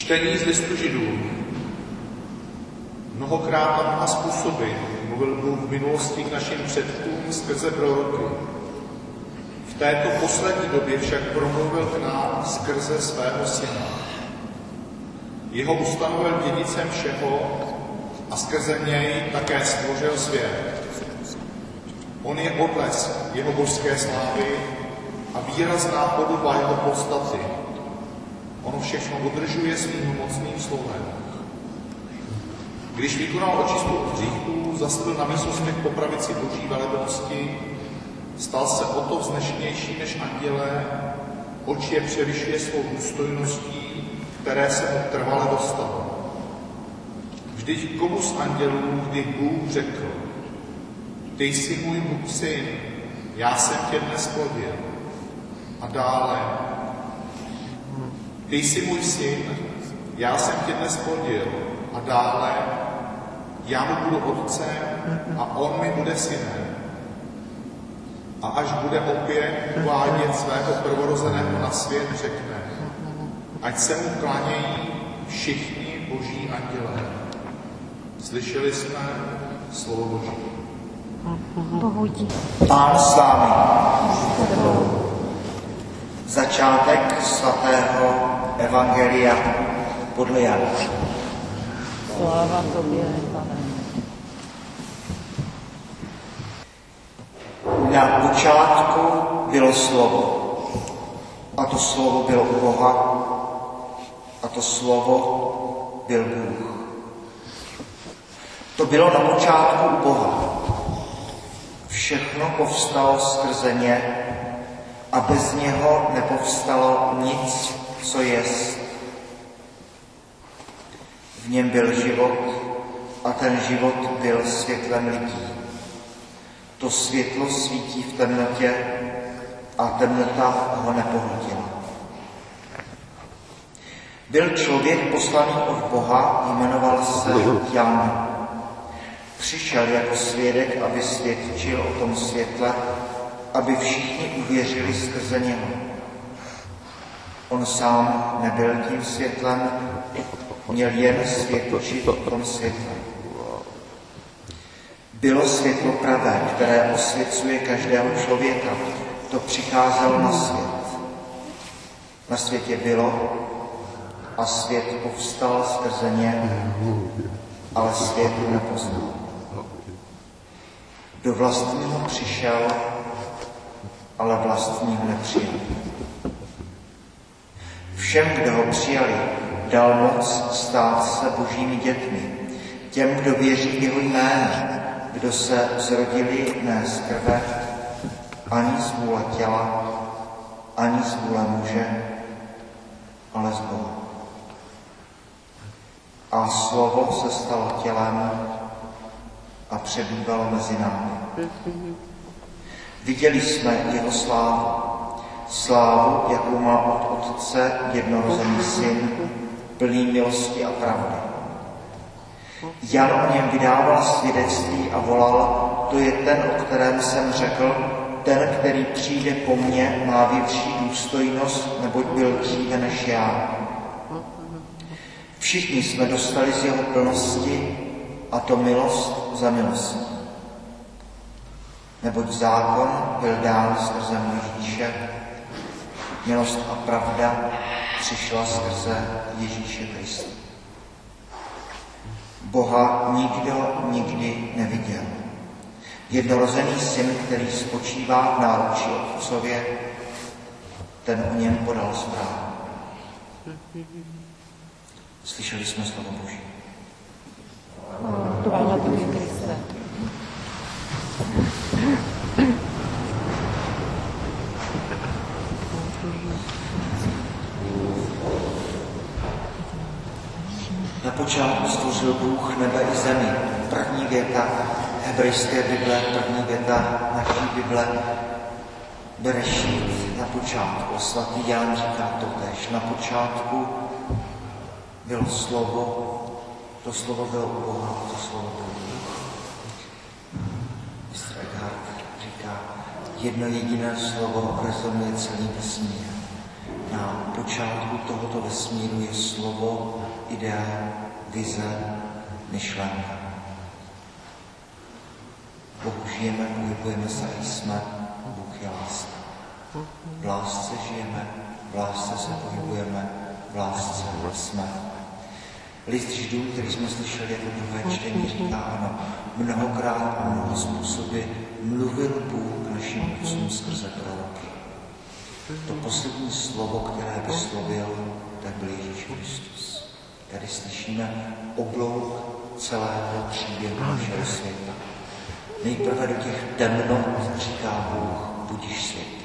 Čtení z listu Židům. Mnohokrát a mnoha způsoby mluvil Bůh v minulosti k našim předkům skrze proroky. V této poslední době však promluvil k nám skrze svého syna. Jeho ustanovil dědicem všeho a skrze něj také stvořil svět. On je odlesk jeho božské slávy a výrazná podoba jeho podstaty. On všechno udržuje svým mocným slovem. Když vykonal očistu od hříchů, zasedl na výsostech po pravici boží velebnosti, stal se o to vznešenější než andělé, oč je převyšuje svou důstojností, které se mu trvale dostalo. Vždyť komu z andělů, kdy Bůh řekl: Ty jsi můj syn, já jsem tě dnes plodil. A dále: Ty jsi můj syn, já jsem tě dnes plodil. A dále: Já mu budu otcem a on mi bude synem. A až bude opět uvádět svého prvorozeného na svět, řekne: Ať se mu klanějí všichni boží andělé. Slyšeli jsme slovo Boží. Bohu dík. Pán s vámi. Začátek svatého evangelia podle Jana. Sláva tobě, Pane. Na počátku bylo slovo. A to slovo bylo u Boha. A to slovo byl Bůh. To bylo na počátku u Boha. Všechno povstalo skrze ně a bez něho nepovstalo nic, co jest. V něm byl život a ten život byl světlem lidí. To světlo svítí v temnotě a temnota ho nepohltila. Byl člověk poslaný od Boha, jmenoval se Jan. Přišel jako svědek, aby svědčil o tom světle, aby všichni uvěřili skrze něho. On sám nebyl tím světlem, měl jen svědčit o tom světle. Bylo světlo pravé, které osvěcuje každého člověka. To přicházelo na svět. Na světě bylo a svět povstal skrze ně, ale svět nepoznal. Do vlastního přišel, ale vlastní ho nepřijali. Všem, kdo ho přijali, dal moc stát se božími dětmi, těm, kdo věří v jeho jméno, kdo se zrodili ne z krve, ani z vůle těla, ani z vůle muže, ale z Boha. A slovo se stalo tělem a přebývalo mezi námi. Viděli jsme jeho slávu, jakou má od Otce jednorozený syn, plný milosti a pravdy. Jan o něm vydával svědectví a volal: To je ten, o kterém jsem řekl, ten, který přijde po mně, má větší důstojnost, neboť byl dříve než já. Všichni jsme dostali z jeho plnosti, a to milost za milostí. Neboť zákon byl dán skrze Mojžíše, milost a pravda přišla skrze Ježíše Krista. Boha nikdo nikdy neviděl. Jednorozený syn, který spočívá v náručí Otcově, ten o něm podal zprávu. Slyšeli jsme slovo Boží. Chvála tobě, Kriste. Na počátku stvořil Bůh nebe i zemi. První věta hebrejské Bible, první věta naší Bible, Berešít, na počátku. Svatý Jan říká totéž. Na počátku bylo slovo, to slovo bylo u Boha, to slovo bylo Bůh. Mistr Eckhart říká, jedno jediné slovo rezonuje celý vesmír. Na Na počátku tohoto vesmíru je slovo, idea, vize, myšlenka. Bohu žijeme, pohybujeme se a jsme, Bůh je láska. V lásce žijeme, v lásce se pohybujeme, v lásce jsme. List Židům, který jsme slyšeli jako druhé čtení, říká ano, mnohokrát a mnoho způsoby mluvil Bůh k našim otcům skrze proroky. To poslední slovo, které vyslovil, tak byl Ježíš Kristus. Tady slyšíme oblouk celého příběhu našeho světa. Nejprve do těch temnot říká Bůh, budiš světlo.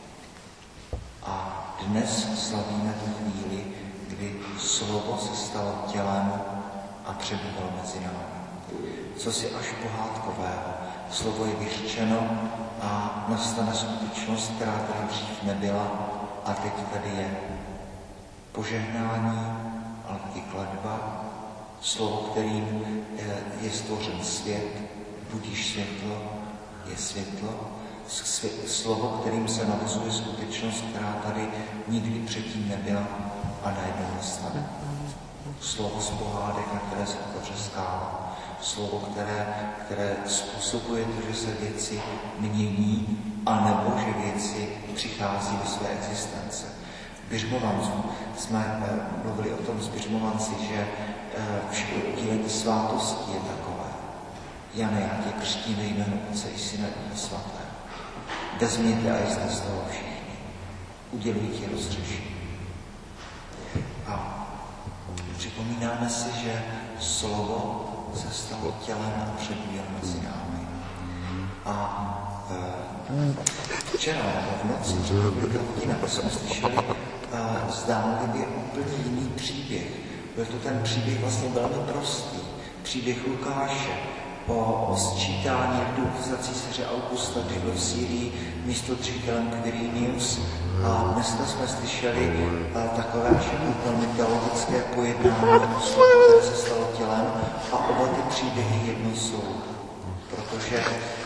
A dnes slavíme tu chvíli, kdy slovo se stalo tělem a přebývalo mezi námi. Co si až pohádkového. Slovo je vyřčeno a nastane skutečnost, která tady dřív nebyla a teď tady je. Požehnání, ale taky kladba, slovo, kterým je stvořen svět, budíš světlo, je světlo, slovo, kterým se navazuje skutečnost, která tady nikdy předtím nebyla a najednou nastane. Slovo z pohádek, na které se otevře skála. Slovo, které způsobuje to, že se věci mění, anebo že věci přichází do své existence. Běžmovanců jsme mluvili o tom s běžmovanci, že všechno udílení svátosti je takové. Jane, já tě křtím ve jménu Otce i Syna i Svatého. Vezměte a jste z toho všichni. Uděluji ti rozřešení. A připomínáme si, že slovo se stalo tělem a přebýval mezi námi. A včera nebo v noci, jsme slyšeli zdánlivě úplně jiný příběh. Byl to ten příběh vlastně velmi prostý. Příběh Lukáše o sčítání lidu za císaře Augusta, když byl v Sýrii místo držitelem Quirinius. A dneska jsme slyšeli takové velmi teologické pojednání o slovu, které se stalo tělem, a oba ty příběhy jedno jsou. Protože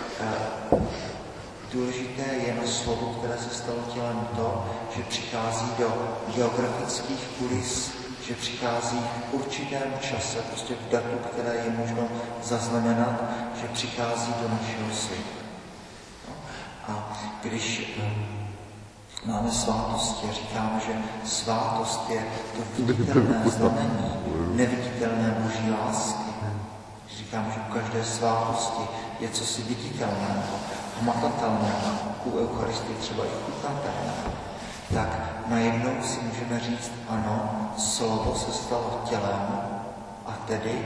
důležité je na slovu, které se stalo tělem, to, že přichází do geografických kulis, že přichází v určitém čase, prostě v datu, které je možno zaznamenat, že přichází do našeho světa. A když máme svátosti a říkáme, že svátost je to viditelné znamení neviditelné Boží lásky. Říkáme, že u každé svátosti je cosi viditelného, hmatatelného, u Eucharistie třeba i chutnatelného. Tak najednou si můžeme říct, ano, slovo se stalo tělem a tedy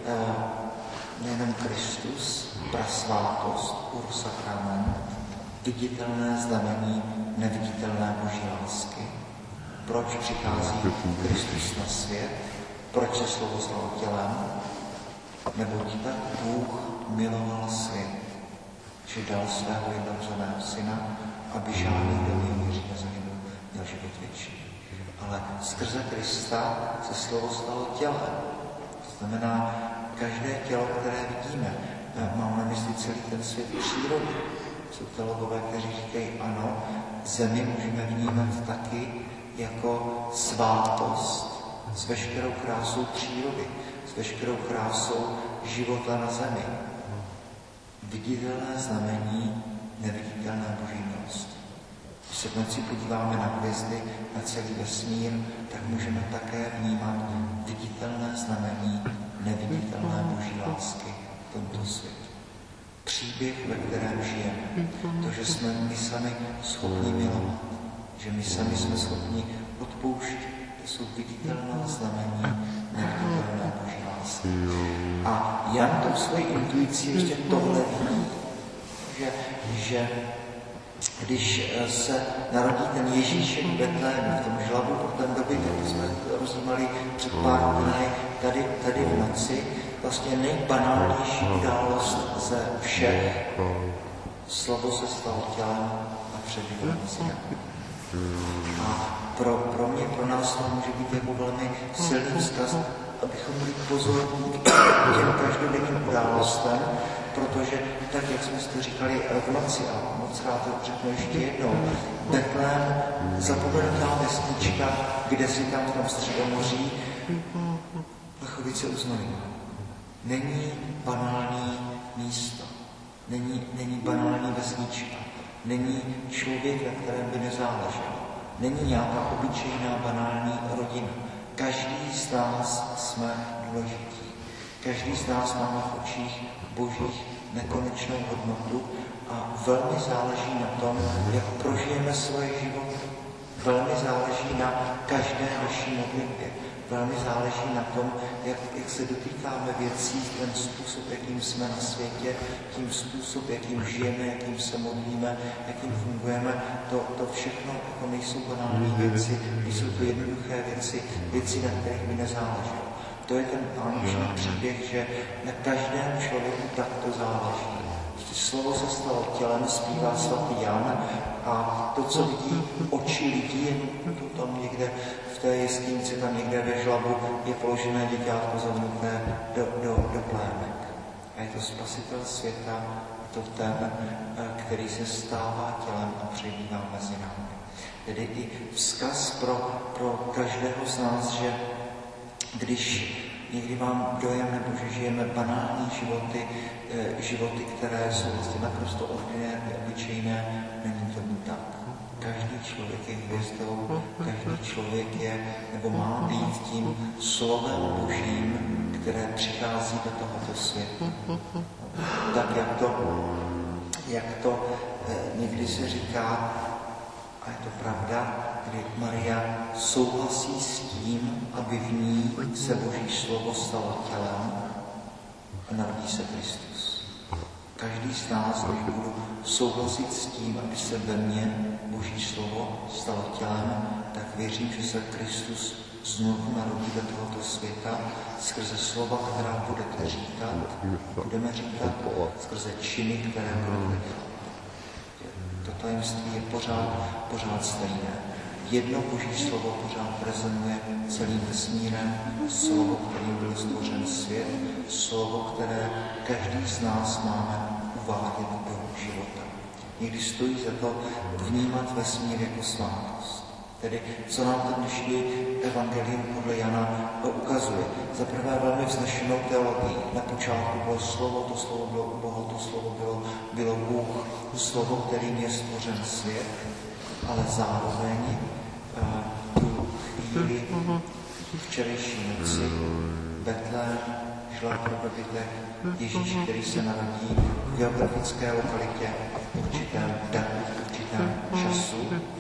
nejenom Kristus, prasvátost, ursakrament, viditelné znamení neviditelné Boží lásky. Proč přichází Kristus na svět? Proč se slovo stalo tělem? Neboť tak Bůh miloval svět, že dal svého jednorozeného syna, aby žádný, kdo v něm věří, nezahynul, měl život věčný. Ale skrze Krista se slovo stalo tělem. To znamená, každé tělo, které vidíme, mám na mysli celý ten svět přírody. Jsou teologové, kteří říkají, ano, zemi můžeme vnímat taky jako svátost s veškerou krásou přírody, s veškerou krásou života na zemi. Viditelné znamení neviditelné Boží milosti. Když se v noci podíváme na hvězdy, na celý vesmír, tak můžeme také vnímat viditelné znamení neviditelné Boží lásky v tomto světě. Příběh, ve kterém žijeme. To, že jsme my sami schopni milovat. Že my sami jsme schopni odpouštět. To jsou viditelné znamení neviditelné Boží lásky. A Jan tou svojí intuicí ještě tohle vidí. Že když se narodí ten Ježíšek v Betlému, v tom žlabu pro ten dobytek, to jsme rozjímali před pár dny, tady v noci, vlastně nejbanálnější událost ze všech. Slovo se stalo tělem a přebývalo mezi námi. A pro mě, pro nás to může být jako velmi silný vzkaz abychom byli pozorní k těm každodenním událostem, protože tak, jak jsme si to říkali v noci, a moc rád to řeknu ještě jednou, Betlém, zapomenutá vesnička, kde si tam v tom Středomoří, Vlachovice u Znojma. Není banální místo, není banální vesnička, není člověk, na kterém by nezáleželo, není nějaká obyčejná banální rodina. Každý z nás jsme důležití. Každý z nás máme v očích Božích nekonečnou hodnotu a velmi záleží na tom, jak prožijeme svoje životy. Velmi záleží na každé naší modlitbě. Velmi záleží na tom, jak se dotýkáme věcí, ten způsob, jakým jsme na světě, tím způsob, jakým žijeme, jakým se modlíme, jakým fungujeme. To všechno jako nejsou banální věci, nejsou to jednoduché věci, na kterých by nezáleželo. To je ten vánoční příběh, že na každém člověku takto záleží. Slovo se stalo tělem, zpívá svatý Jan, a to, co vidí oči lidí, je to tam někde v té jeskynici, tam někde ve žlabu, je položené děťátko zavnuté do plének. A je to spasitel světa, to ten, který se stává tělem a přebývá mezi námi. Tedy i vzkaz pro každého z nás, že když někdy mám dojem, nebo že žijeme banální životy, které jsou vlastně naprosto ordinární, obyčejné, není tomu tak. Každý člověk je hvězdou, každý člověk je, nebo má být tím slovem Božím, které přichází do tohoto světa. Tak jak to někdy se říká, a je to pravda, kdy Maria souhlasí s tím, aby v ní se Boží slovo stalo tělem a narodí se Kristus. Každý z nás, když budu souhlasit s tím, aby se ve mně Boží slovo stalo tělem, tak věřím, že se Kristus znovu narodí do tohoto světa skrze slova, která budeme říkat, skrze činy, které budeme dělat. To tajemství je pořád stejné. Jedno Boží slovo pořád rezonuje celým vesmírem, slovo, kterým byl stvořen svět, slovo, které každý z nás máme uvádět do života. Někdy stojí za to vnímat vesmír jako svátost. Tedy, co nám to dnešní evangelium podle Jana ukazuje. Za prvé velmi vznešenou teologii. Na počátku bylo slovo, to slovo bylo u Boha, to slovo bylo Bůh, slovo, kterým je stvořen svět, ale zároveň tu chvíli včerejší noci Betlém, žlab pro dobytek, Ježíš, který se narodí v geografické lokalitě v určitém datu, v určitém času.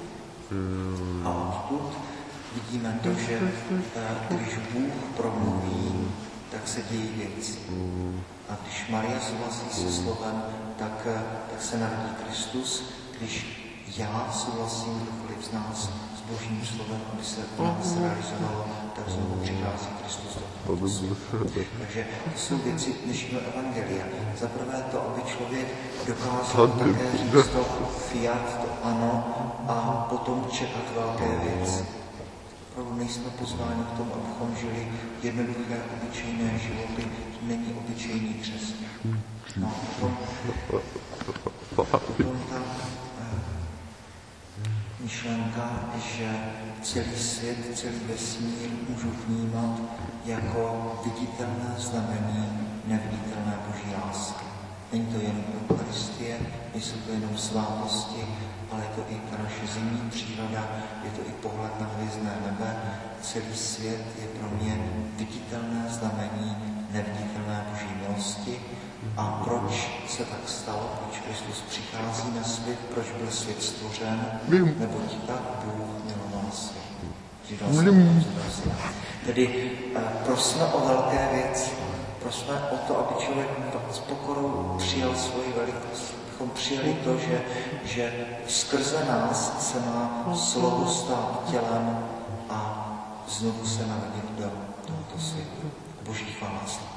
A odtud vidíme to, že když Bůh promluví, tak se dějí věci. A když Maria souhlasí se slovem, tak se narodí Kristus. Když já souhlasím, kdokoliv z nás, s Božím slovem, aby se v nás realizovalo, tak znovu přichází Kristus do tohoto světa. Takže to jsou věci dnešního evangelia. Za prvé to, aby člověk dokázal také říct to fiat, to ano, a potom čekat velké věci. Opravdu nejsme pozváni k tomu, abychom žili jednoduché, obyčejné životy. Není obyčejný křesťan. No a potom ta myšlenka, že celý svět, celý vesmír můžu vnímat jako viditelné znamení neviditelné Boží lásky. Není to jen Eucharistie, nejsou to jenom svátosti, ale je to i ta naše zimní příroda, je to i pohled na hvězdné nebe. Celý svět je pro mě viditelné znamení neviditelné Boží milosti. A proč se tak stalo? Proč Kristus přichází na svět? Proč byl svět stvořen? Neboť tak Bůh miloval svět. Tedy prosme o velké věci. Prosme o to, aby člověk s pokorou přijal svoji velikost. Abychom přijali to, že skrze nás se má slovo stát tělem a znovu se narodit do tohoto světa. Boží chvála.